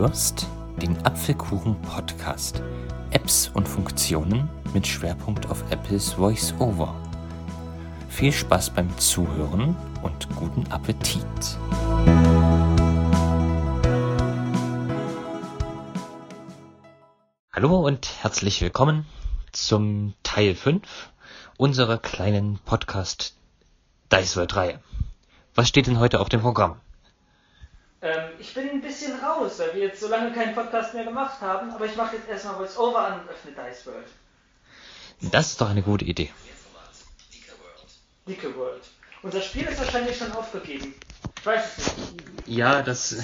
hörst den Apfelkuchen-Podcast. Apps und Funktionen mit Schwerpunkt auf Apples VoiceOver. Viel Spaß beim Zuhören und guten Appetit. Hallo und herzlich willkommen zum Teil 5 unserer kleinen Podcast Dice World Reihe. Was steht denn heute auf dem Programm? Ich bin ein bisschen raus, weil wir jetzt so lange keinen Podcast mehr gemacht haben, aber ich mache jetzt erstmal VoiceOver an und öffne Dice World. Das ist doch eine gute Idee. Dicke World. Unser Spiel ist wahrscheinlich schon aufgegeben. Ich weiß es nicht. Ja, das...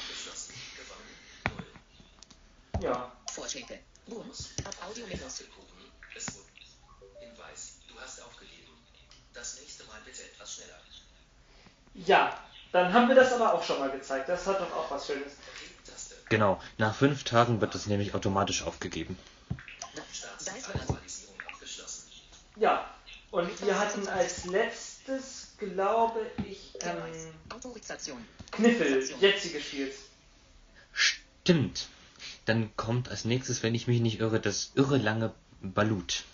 Ja. Vorschläge. Bonus. Auf Audio-Menus. Hinweis, du hast aufgegeben. Das nächste Mal bitte etwas schneller. Ja, dann haben wir das aber auch schon mal gezeigt. Das hat doch auch was Schönes. Taste. Genau, nach 5 Tagen wird das nämlich automatisch aufgegeben. Startsimulation abgeschlossen. Ja, und wir hatten als letztes, glaube ich, Autorisation. Kniffel, Jetzi gespielt. Stimmt. Dann kommt als nächstes, wenn ich mich nicht irre, das irre lange Balut.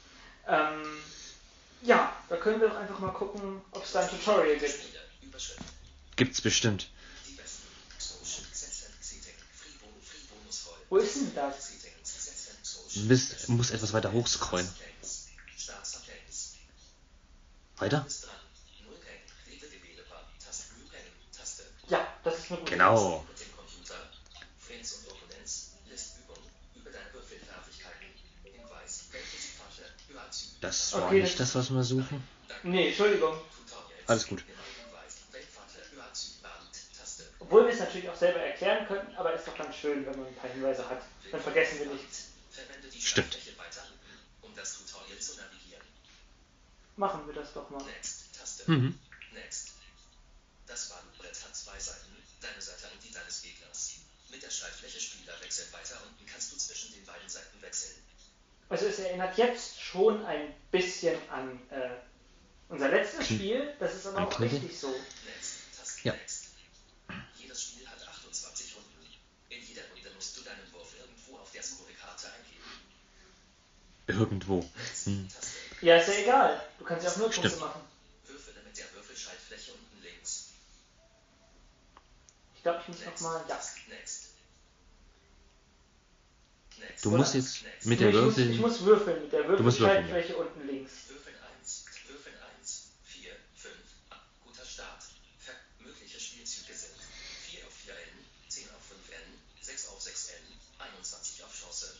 Ja, da können wir doch einfach mal gucken, ob es da ein Tutorial gibt. Überschrift. Gibt's bestimmt. Die besten. Social Setting. Free Bonus voll. Wo ist denn das? Setting. Social. Muss etwas weiter hochscrollen. Startsettings. Weiter? Bis dran. 0 Gang. Developer. Taste. New Gang. Taste. Ja, das ist eine gute Genau. Mit dem Computer. Friends und Opponents. Listübung. Über deine Würfelfertigkeiten. Hinweis. Welthistorische. Überzüge. Das war Okay, nicht das, was wir suchen. Nee, Entschuldigung. Tutorials. Alles gut. Hinweis. Weltvater. Überzüge. Taste. Obwohl wir es natürlich auch selber erklären könnten, aber ist doch ganz schön, wenn man ein paar Hinweise hat. Dann vergessen wir nichts. Verwende die Stimmt. Schaltfläche weiter unten, um das Tutorial zu navigieren. Machen wir das doch mal. Next. Taste. Mhm. Next. Das Wahlbrett hat 2 Seiten, deine Seite und die deines Gegners. Mit der Schaltfläche Spieler wechseln weiter unten kannst du zwischen den beiden Seiten wechseln. Also es erinnert jetzt schon ein bisschen an unser letztes Spiel, das ist aber An auch Kniffel? richtig so. Next. Taste. Ja. Next. Jedes Spiel hat 28 Runden. In jeder Runde musst du deinen Wurf irgendwo auf der Scorekarte eingeben. Irgendwo. Taste. Ja, ist ja egal. Du kannst ja auch nur Punkte Stimmt. machen. Würfele mit der Würfelschaltfläche unten links. Ich glaube, ich muss nochmal... Ja. Next. Next. Du musst jetzt mit der Nee, ich Würfel... muss würfeln mit der Du musst würfeln, Würfelschaltfläche unten links. Würfeln 1, 4, 5. Guter Start. Mögliche Spielzüge sind 4 auf 4 N, 10 auf 5 N, 6 auf 6 N, 21 auf Chance.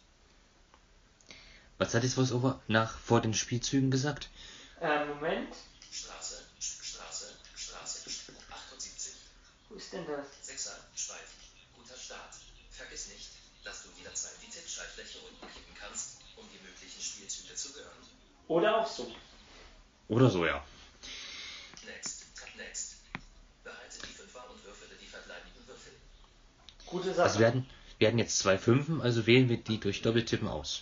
Was hat jetzt VoiceOver vor den Spielzügen gesagt? Moment. Straße, 78. Wo ist denn das? 6er, Spalt. Guter Start. Vergiss nicht, dass du jederzeit die Tippschaltfläche unten klicken kannst, um die möglichen Spielzüge zu hören. Oder auch so. Oder so, ja. Next, Tab Next. Behalte die 5er und würfele die verbleibenden Würfel. Gute Sache. Also wir hatten jetzt 2 Fünfen, also wählen wir die durch Doppeltippen aus.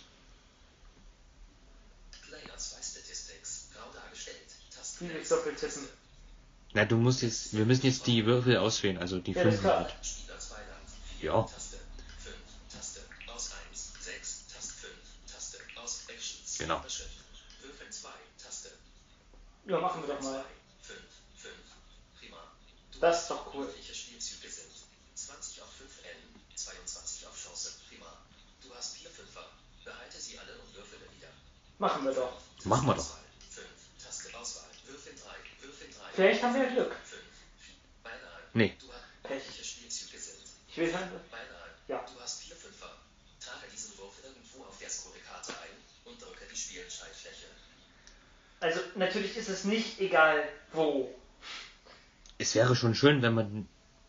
Player 2 Statistics. Grau dargestellt. Taste. Wie willst du doppeltippen? Na, wir müssen jetzt die Würfel auswählen, also die Ja, das ist Fünfen klar. halt. Spieler 2 Land. Ja. Taste. 5. Taste. Aus 1. 6. Taste 5. Taste. Aus Actions. Genau. Überschrift. Würfeln 2. Taste. Ja, machen wir doch mal. 5. Prima. Du Das hast ist doch cool. Mögliche Spielzüge sind 20 auf 5 N, 22 auf Chance. Prima. Du hast 4 Fünfer. Behalte sie alle und würfele wieder. Machen wir doch. Machen wir doch. 5. Taste Auswahl. Würfeln 3. Vielleicht haben wir Glück. 5. Beinahe. Nee. Du hast Pech. mögliche Spielzüge sind Ich will halt... Beinahe. Ja. Du hast 4 Fünfer. Trage diesen Wurf irgendwo auf der Scorekarte ein und drücke die Spielschaltfläche. Also natürlich ist es nicht egal wo. Es wäre schon schön, wenn man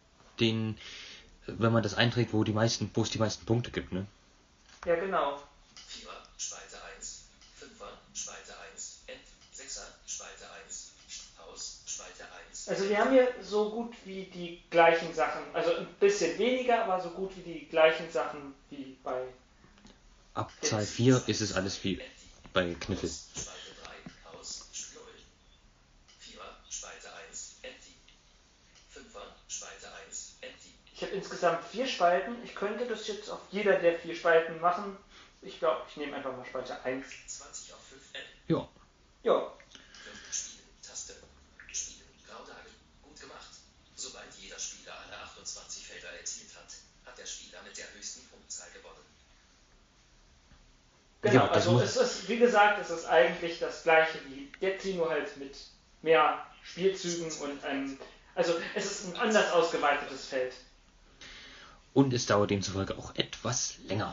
das einträgt, wo es die meisten Punkte gibt, ne? Ja, genau. 4er, Spalte 1. 5er, Spalte 1. End. 6er, Spalte 1. Aus, Spalte 1. Also wir haben hier so gut wie die gleichen Sachen. Also ein bisschen weniger, aber so gut wie die gleichen Sachen wie bei... Ab Zahl 4 ist es alles wie bei Kniffel. Spalte 3. Aus, 0. 4er, Spalte 1. Empty. 5er, Spalte 1. Empty. Ich habe insgesamt 4 Spalten. Ich könnte das jetzt auf jeder der 4 Spalten machen. Ich glaube, ich nehme einfach mal Spalte 1. 20 auf 5N. Ja. Ja, Spielen, Taste. Spielen, Graudage. Gut gemacht. Sobald jeder Spieler alle 28 Felder erzielt hat, hat der Spieler mit der höchsten Punktzahl gewonnen. genau. Ja, das Also muss- es ist, wie gesagt, es ist eigentlich das gleiche wie Jetzi, nur halt mit mehr Spielzügen und einem... Also es ist ein anders ausgeweitetes Feld. Und es dauert demzufolge auch etwas länger.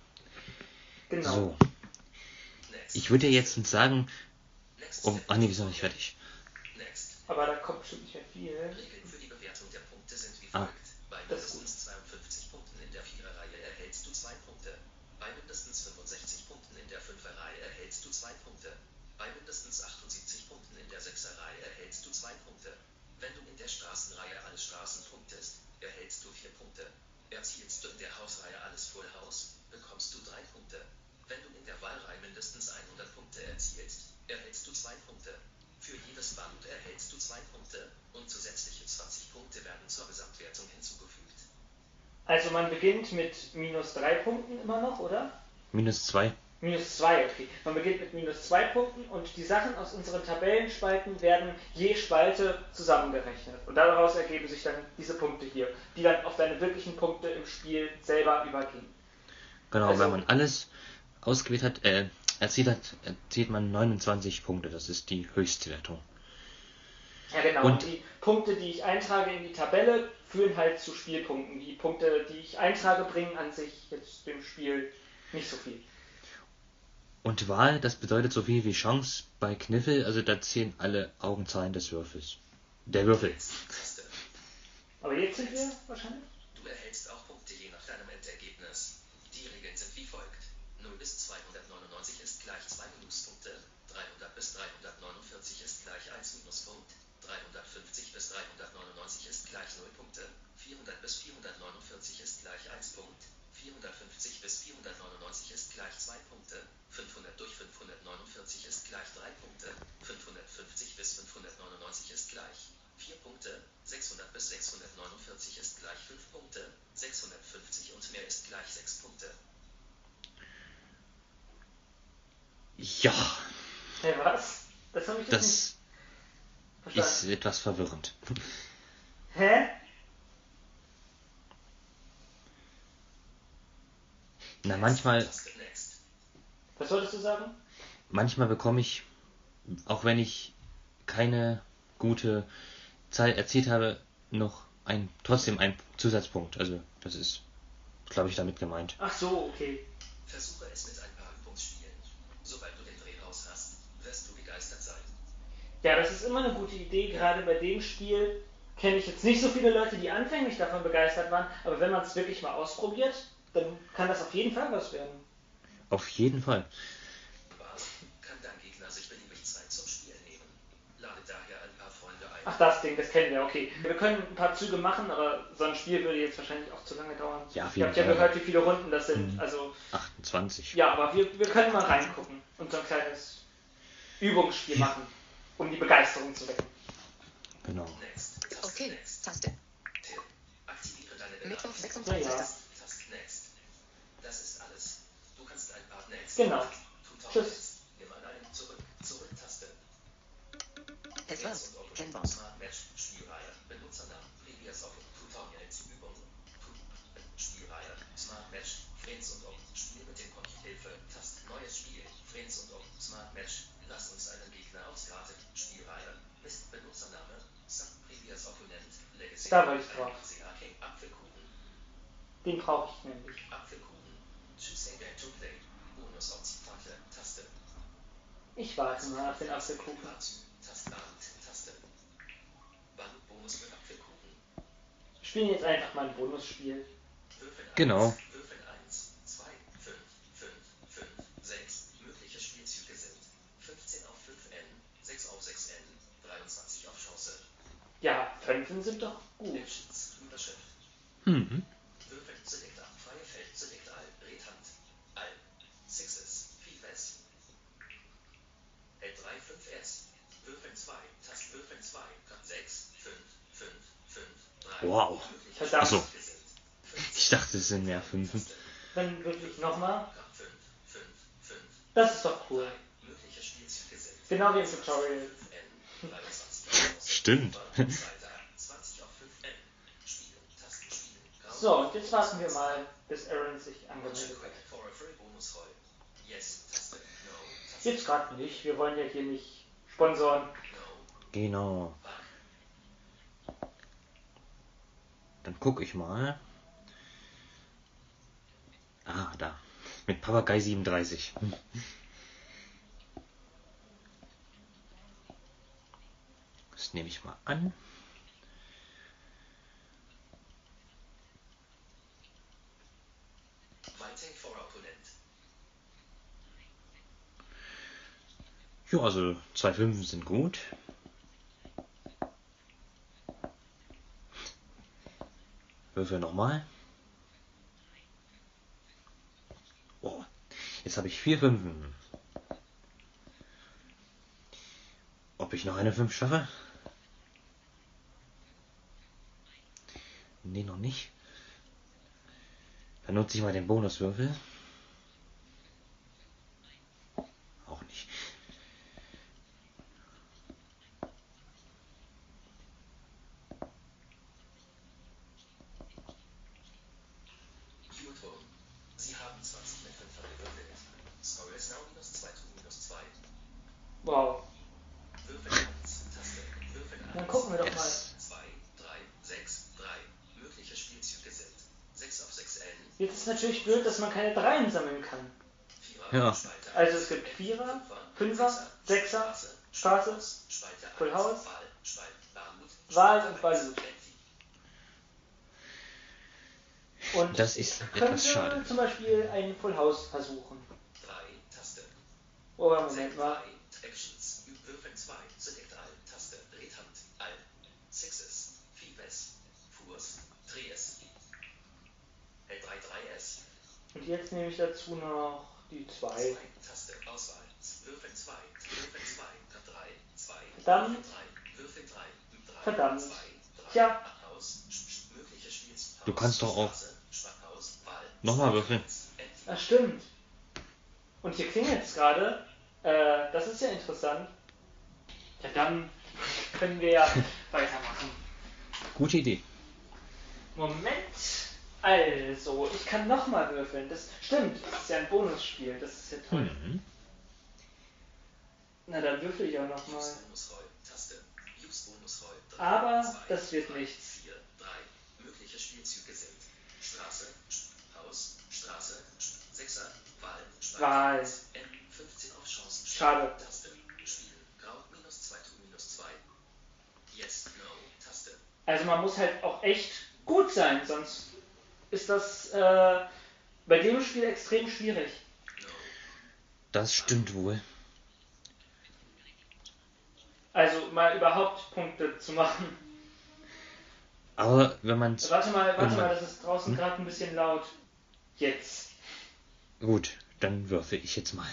Genau. So, Next. ich würde jetzt sagen, Next. wir sind noch nicht fertig. Next. Aber da kommt bestimmt nicht mehr viel. Regeln für die Bewertung der Punkte sind wie Ah. folgt. Bei Das ist mindestens 52 Punkten in der Viererreihe erhältst du 2 Punkte. Bei mindestens 65 Punkten in der Fünferreihe erhältst du 2 Punkte. Bei mindestens 78 Punkten in der Sechserreihe erhältst du 2 Punkte. Wenn du in der Straßenreihe alles Straßen punktest, erhältst du 4 Punkte. Erzielst du in der Hausreihe alles Full House, bekommst du 3 Punkte. Wenn du in der Wahlreihe mindestens 100 Punkte erzielst, erhältst du 2 Punkte. Für jedes Band erhältst du 2 Punkte und zusätzliche 20 Punkte werden zur Gesamtwertung hinzugefügt. Also man beginnt mit minus 3 Punkten immer noch, oder? -2. Minus 2, okay. Man beginnt mit minus 2 Punkten und die Sachen aus unseren Tabellenspalten werden je Spalte zusammengerechnet. Und daraus ergeben sich dann diese Punkte hier, die dann auf deine wirklichen Punkte im Spiel selber übergehen. Genau, Also- wenn man alles ausgewählt hat, erzielt man 29 Punkte. Das ist die Höchstwertung. Ja, genau. Und- Und die Punkte, die ich eintrage in die Tabelle, führen halt zu Spielpunkten. Die Punkte, die ich eintrage, bringen an sich jetzt dem Spiel nicht so viel. Und Wahl, das bedeutet so viel wie Chance bei Kniffel, also da zählen alle Augenzahlen des Würfels. Der Würfel. Taste. Aber jetzt sind wir wahrscheinlich... Du erhältst auch Punkte je nach deinem Endergebnis. Die Regeln sind wie folgt. 0 bis 299 ist gleich 2 Minuspunkte, 300 bis 349 ist gleich 1 Minuspunkt, 350 bis 399 ist gleich 0 Punkte, 400 bis 449 ist gleich 1 Punkt, 450 bis 499 ist gleich 2 Punkte, 500 durch 549 ist gleich 3 Punkte, 550 bis 599 ist gleich 4 Punkte, 600 bis 649 ist gleich 5 Punkte, 650 und mehr ist gleich 6 Punkte. Ja, Hey, was? Das habe ich jetzt nicht das verstanden. ist etwas verwirrend. Hä? Na, manchmal Taste Next. Was solltest du sagen? bekomme ich, auch wenn ich keine gute Zahl erzielt habe, noch trotzdem einen Zusatzpunkt. Also das ist, glaube ich, damit gemeint. Ach so, okay. Versuche es mit ein paar Übungsspielen. Sobald du den Dreh raus hast, wirst du begeistert sein. Ja, das ist immer eine gute Idee. Gerade bei dem Spiel kenne ich jetzt nicht so viele Leute, die anfänglich davon begeistert waren. Aber wenn man es wirklich mal ausprobiert, dann kann das auf jeden Fall was werden. Auf jeden Fall. Kann dein Gegner sich beliebig Zeit zum Spiel nehmen. Lade daher ein paar Freunde ein. Ach, das Ding, das kennen wir, okay. Wir können ein paar Züge machen, aber so ein Spiel würde jetzt wahrscheinlich auch zu lange dauern. Ja, auf Ihr jeden habt ja Fall. gehört, wie viele Runden das sind. Mhm. Also, 28. ja, aber wir können mal reingucken und so ein kleines Übungsspiel machen, um die Begeisterung zu wecken. Genau. Next. Taste Okay, Next. Taste. Tipp. Aktiviere deine Mittwoch, Benachrichtigungen. 26. Ja. Taste Next. Das ist alles. Du kannst ein paar Next. Genau. Tutorials. Tschüss. Nimm an einem Zurück-Taste. Es war Kennwort. Smart Match. Spielreihe. Benutzernamen. Previous of Tutorials. Übung. Spielreihe. Smart Match. Friends und Ob. Spiel mit dem Hilfe. Taste. Neues Spiel. Friends und Ob. Smart Match. Lass uns einen Gegner ausgraten. Spielreihe. Ist Benutzername. Previous Opponent. Legacy. Da war ich drauf. King. Apfelkuchen. Den brauche ich nämlich. Apfelkuchen. Choose a game to play. Bonus-Taste. Taste. Ich warte mal auf den Apfelkuchen. Taste. Taste. Bonus für Apfelkuchen. Wir spielen jetzt einfach mal ein Bonusspiel. Würfel 1. Genau. Würfel 1. 2. 5. 5. 5. 6. Mögliche Spielzüge sind 15 auf 5N, 6 auf 6N, 23 auf Chance. Ja, 5 sind doch gut. Actions. Überschrift. Mhm. Würfel. Select up. Freie Feld. Select all. Redhand. All. Sixes. Vieles. L3 5S. Würfel 2. Tast Würfel 2. 6. 5. 5. 5. 3. Wow. Mögliche Verdammt. Ach so. Spielzüge sind dachte, es sind mehr Fünfen. Dann wirklich nochmal. 5, 5, 5. Das ist doch cool. Mögliche Spielzüge sind Genau wie im Tutorial. 5N, 23 auf Stimmt. Zweiter, 20 auf 5N. Spielen, Tasten spielen. Grau. So, und jetzt warten wir mal, bis Aaron sich angemeldet hat. For a free bonus roll. Yes, Taste. No, Taste. Jetzt gerade nicht. Wir wollen ja hier nicht sponsoren. No. Genau. Dann guck ich mal. Ah, da. Mit Papagei 37. Das nehme ich mal an. Waiting for opponent. Ja, also 2 Fünfen sind gut. Würfel nochmal. Oh, jetzt habe ich 4 Fünfen. Ob ich noch eine 5 schaffe? Nee, noch nicht. Dann nutze ich mal den Bonuswürfel. Auch nicht. Your turn. Sie haben 20 mit 5 gewürfelt. Score is now -2 to -2. Wow. Würfel 1, Taste. Würfel 1. Dann gucken wir doch mal. 2, 3, 6, 3. Mögliche Spielzüge sind 6 auf 6N. Jetzt ist natürlich blöd, dass man keine Dreien sammeln kann. 4er, Ja. Spalte Also es gibt Vierer, Fünfer, Sechser, Straße, Spalte 1, Full House, Wahl, Spalte, Balut, Wahl Spalte und Balut. 1, Und Das ist ich etwas könnte schade. zum Beispiel ein Full House versuchen. 3, Taste. Oh, Moment mal. 3, Actions. Würfel 2, Select All, Taste. Drehhand, All. Sixes, Fiebes, Fuß, Drehs. L3, 3S. Und jetzt nehme ich dazu noch die 2. 2, Taste, Auswahl. Würfel 2, Würfel 2, 3, 2, Verdammt. Würfel 3, 3, Verdammt. 2, 3, Tja. Aus, mögliche Spielzüge. Du kannst doch auch Schwachhaus, Wahl. nochmal würfeln. Das stimmt. Und hier klingelt es gerade. Das ist ja interessant. Ja, dann können wir ja weitermachen. Gute Idee. Moment. Also, ich kann nochmal würfeln. Das stimmt. Das ist ja ein Bonusspiel. Das ist ja toll. Mhm. Na, dann würfel ich auch nochmal. Use Bonusroll, Taste. Use Bonusroll. 3, Aber 2, das wird 3, nichts. 4, 3. Mögliche Spielzüge sind Straße, Haus, Straße, Sechser, Wahl, Wahl. N, 15 auf Chancen. Schade. Taste. Spielen. Grau, -2 to -2. Yes, no, Taste. Also man muss halt auch echt gut sein, sonst ist das bei dem Spiel extrem schwierig. No. Das stimmt wohl. Also mal überhaupt Punkte zu machen. Aber wenn man es... Warte mal, das ist draußen gerade ein bisschen laut. Jetzt. Gut, dann würfel ich jetzt mal.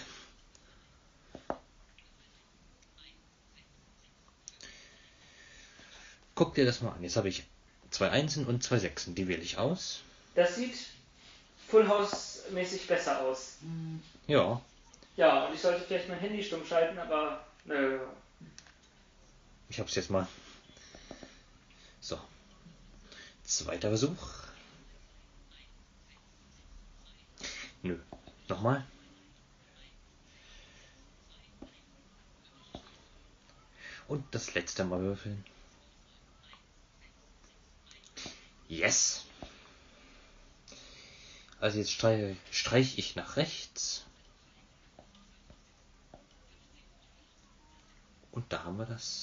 Guck dir das mal an. Jetzt habe ich 2 Einsen und 2 Sechsen. Die wähle ich aus. Das sieht Full House mäßig besser aus. Ja. Ja, und ich sollte vielleicht mein Handy stumm schalten, aber nö. Ich hab's jetzt mal. So. Zweiter Versuch. Nö. Nochmal. Und das letzte Mal würfeln. Yes. Also jetzt streich ich nach rechts. Und da haben wir das.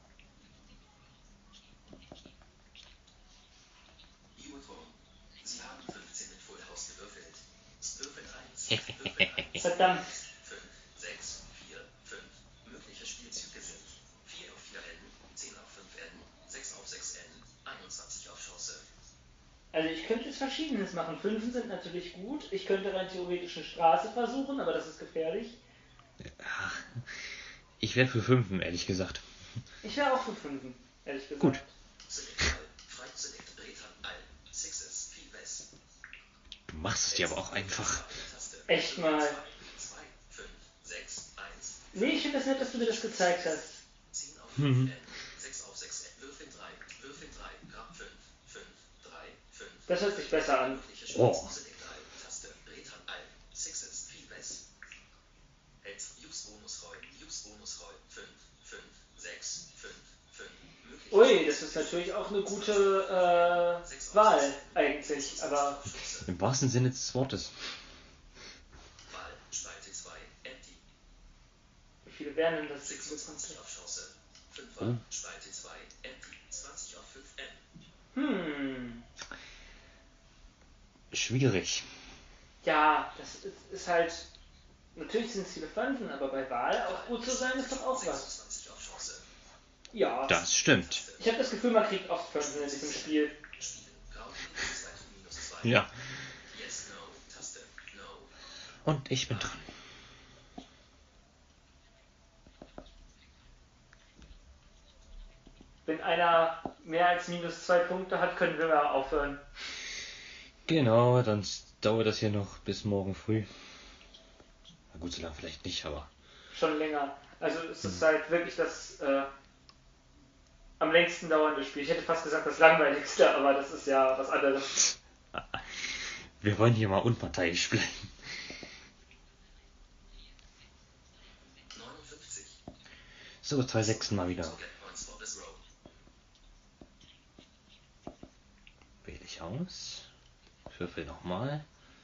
Sie haben 15 mit Full House gewürfelt. Würfel 1, Würfel 1. Verdammt. 5, 6, 4, 5. Mögliche Spielzüge sind 4 auf 4N, 10 auf 5N, 6 auf 6N, 21 auf Chance. Also ich könnte jetzt Verschiedenes machen. Fünfen sind natürlich gut. Ich könnte rein theoretisch eine Straße versuchen, aber das ist gefährlich. Ich wäre für Fünfen, ehrlich gesagt. Ich wäre auch für Fünfen, ehrlich gesagt. Gut. Select All, frei Select Drehhand All, Sixes, Fiebes. machst es dir aber auch einfach. Echt mal. 2, 5, 6, 1. Nee, ich finde das nett, dass du mir das gezeigt hast. 10 auf 5 N. 6 auf 6 N. Würfel 3. Würfel 3. Grab 5. 5, 3, 5. Das hört sich besser an. Oh. Select all. Taste. Retran all. Sixes. Viel Less. Heads. Use Bonusroll. Use Bonusroll. 5, 5, 6, 5, 5. Mögliche Ui, das ist natürlich auch eine gute Wahl eigentlich, aber Im wahrsten Sinne des Wortes. Wahl. Spalte 2. Empty. wie viele wären denn das? 26 auf Chance. 5 Oh. Wahl. Spalte 2. Empty. 20 auf 5 N. Schwierig. Ja, das ist halt, natürlich sind es viele Fünfen, aber bei Wahl auch gut zu sein ist doch auch was. 26 auf Chance. Ja, Das stimmt. ich habe das Gefühl, man kriegt oft Fünfen in diesem Spiel. Spielen. Grau. -2. Ja. Yes, no. Taste. No. Und ich bin dran. Wenn einer mehr als -2 Punkte hat, können wir mal aufhören. Genau, dann dauert das hier noch bis morgen früh. Na gut, so lange vielleicht nicht, aber... Schon länger. Also es ist halt wirklich das am längsten dauernde Spiel. Ich hätte fast gesagt das langweiligste, aber das ist ja was anderes. Wir wollen hier mal unparteiisch bleiben. 59. So, 2 Sechsen mal wieder. Get points for this row. Wähle ich aus. Würfel nochmal.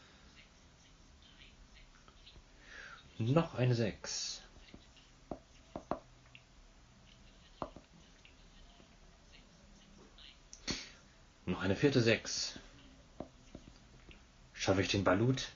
Noch eine 6. Noch eine 4. 6. Schaffe ich den Balut?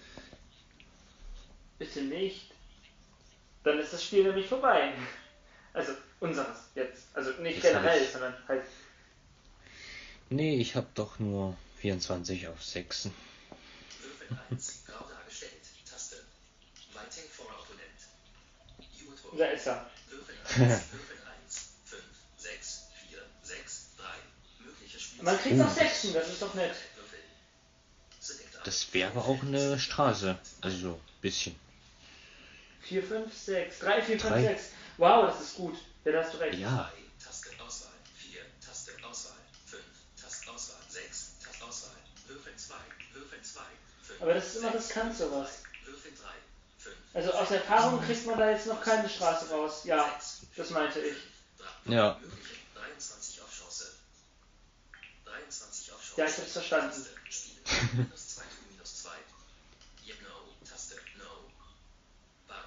Bitte nicht. Dann ist das Spiel nämlich vorbei. Also unseres jetzt. Also nicht Jetzt hab generell, ich- sondern halt. Nee, ich habe doch nur 24 auf 6. Würfel 1. Grau dargestellt. Taste. Writing for Opponent. You would roll. Da ist er. Würfel 1. Würfel 1. 5, 6, 4, 6, 3. Mögliche Spiel. Man kriegt auch Sechsen, das ist doch nett. Würfel. Select all. Das wäre auch eine Straße. Also so ein bisschen. 4, 5, 6. 3, 4, 5, Drei. 6. Wow, das ist gut. Ja, da hast du recht. Ja. 3. Taste Auswahl. 4. Taste Auswahl. 5. Taste Auswahl. 6. Taste Auswahl. Würfel 2. Würfel 2. 5. Aber das ist immer riskant, sowas. Würfel 3. 5. Also aus Erfahrung kriegt man da jetzt noch keine Straße raus. Ja, das meinte ich. Ja. Mögliche 23 auf Chance. 23 auf Chance. Ja, ich hab's verstanden. Taste. Spielen. -2 to -2. Yep, no. Taste. No. Bug.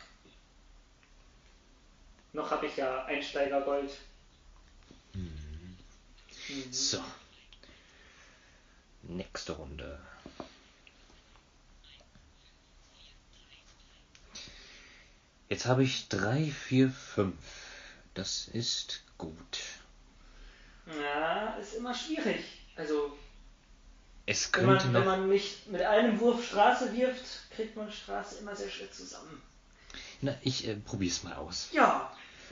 Noch habe ich ja Einsteigergold. So. Nächste Runde. Jetzt habe ich 3, 4, 5. Das ist gut. Ja, ist immer schwierig. Also, Es wenn könnte man noch... nicht mit einem Wurf Straße wirft, kriegt man Straße immer sehr schwer zusammen. Na, ich probier's mal aus. Ja,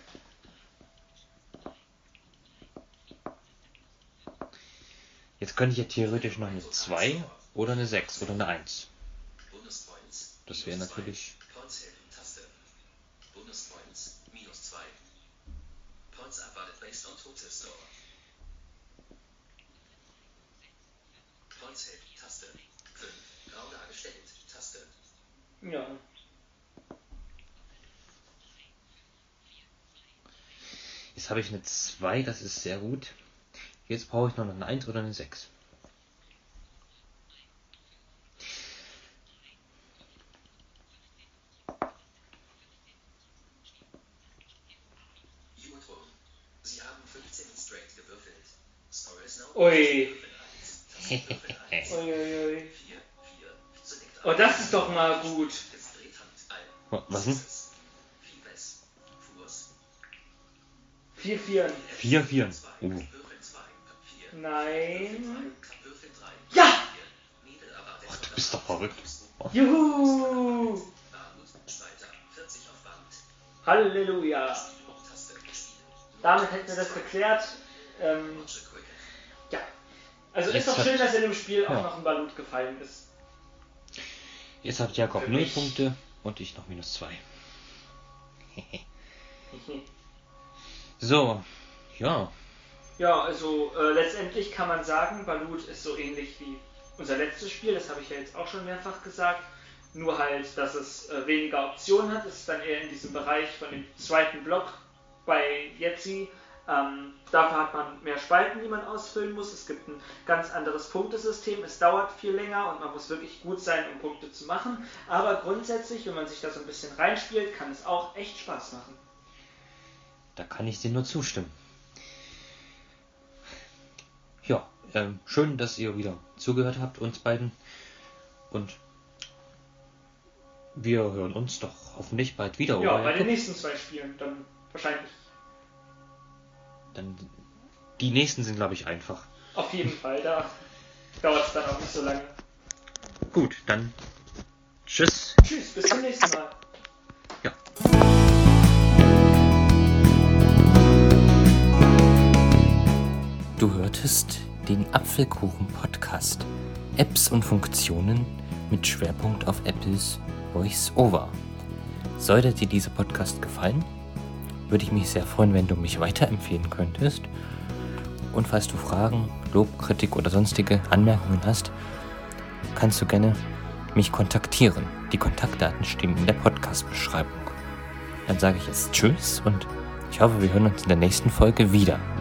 Jetzt könnte ich ja theoretisch noch eine 2 oder eine 6 oder eine 1. Bonuspoints. Das wäre -2. natürlich... Points helfen. Taste. Bonuspoints. -2. Points awarded based on total score. Points helfen. Taste. 5. Grau dargestellt. Taste. ja. Jetzt habe ich eine 2, das ist sehr gut. Jetzt brauche ich noch eine 1 oder eine 6. You would roll. Sie haben 15 straight gewürfelt. Score is now... Ui. Würfel 1. Taste. Würfel 1. Uiuiui. 4, 4. Select all. Oh, das ist doch mal gut. Jetzt dreht Hand all. Was denn? Fiebes. Fuß. 4, 4. 4, 4. Würfel 2. 4. Nein. Würfel 3. Ja! Nebel erwartet. Oh, du bist doch verrückt. Juhu! Barut. Spalter. 40 auf Band. Halleluja. Taste. Spielen. Damit hätten wir das geklärt. Launcher Quicken. Ja. Also ist Jetzt doch hat- schön, dass in dem Spiel auch ja. noch ein Balut gefallen ist. Jetzt hat Jakob 0 Punkte und ich noch -2. So, ja. Ja, also letztendlich kann man sagen, Balut ist so ähnlich wie unser letztes Spiel, das habe ich ja jetzt auch schon mehrfach gesagt, nur halt, dass es weniger Optionen hat, es ist dann eher in diesem Bereich von dem zweiten Block bei Yahtzee. Dafür hat man mehr Spalten, die man ausfüllen muss, es gibt ein ganz anderes Punktesystem, es dauert viel länger und man muss wirklich gut sein, um Punkte zu machen, aber grundsätzlich, wenn man sich da so ein bisschen reinspielt, kann es auch echt Spaß machen. Da kann ich dir nur zustimmen. Ja, schön, dass ihr wieder zugehört habt, uns beiden. Und wir hören uns doch hoffentlich bald wieder. Ja, oder? bei den nächsten 2 Spielen dann wahrscheinlich. Dann, die nächsten sind, glaube ich, einfach. Auf jeden Fall, da dauert es dann auch nicht so lange. Gut, dann tschüss. Tschüss, bis zum nächsten Mal. Ja. Du hörtest den Apfelkuchen-Podcast. Apps und Funktionen mit Schwerpunkt auf Apples VoiceOver. Sollte dir dieser Podcast gefallen, würde ich mich sehr freuen, wenn du mich weiterempfehlen könntest. Und falls du Fragen, Lob, Kritik oder sonstige Anmerkungen hast, kannst du gerne mich kontaktieren. Die Kontaktdaten stehen in der Podcast-Beschreibung. Dann sage ich jetzt Tschüss und ich hoffe, wir hören uns in der nächsten Folge wieder.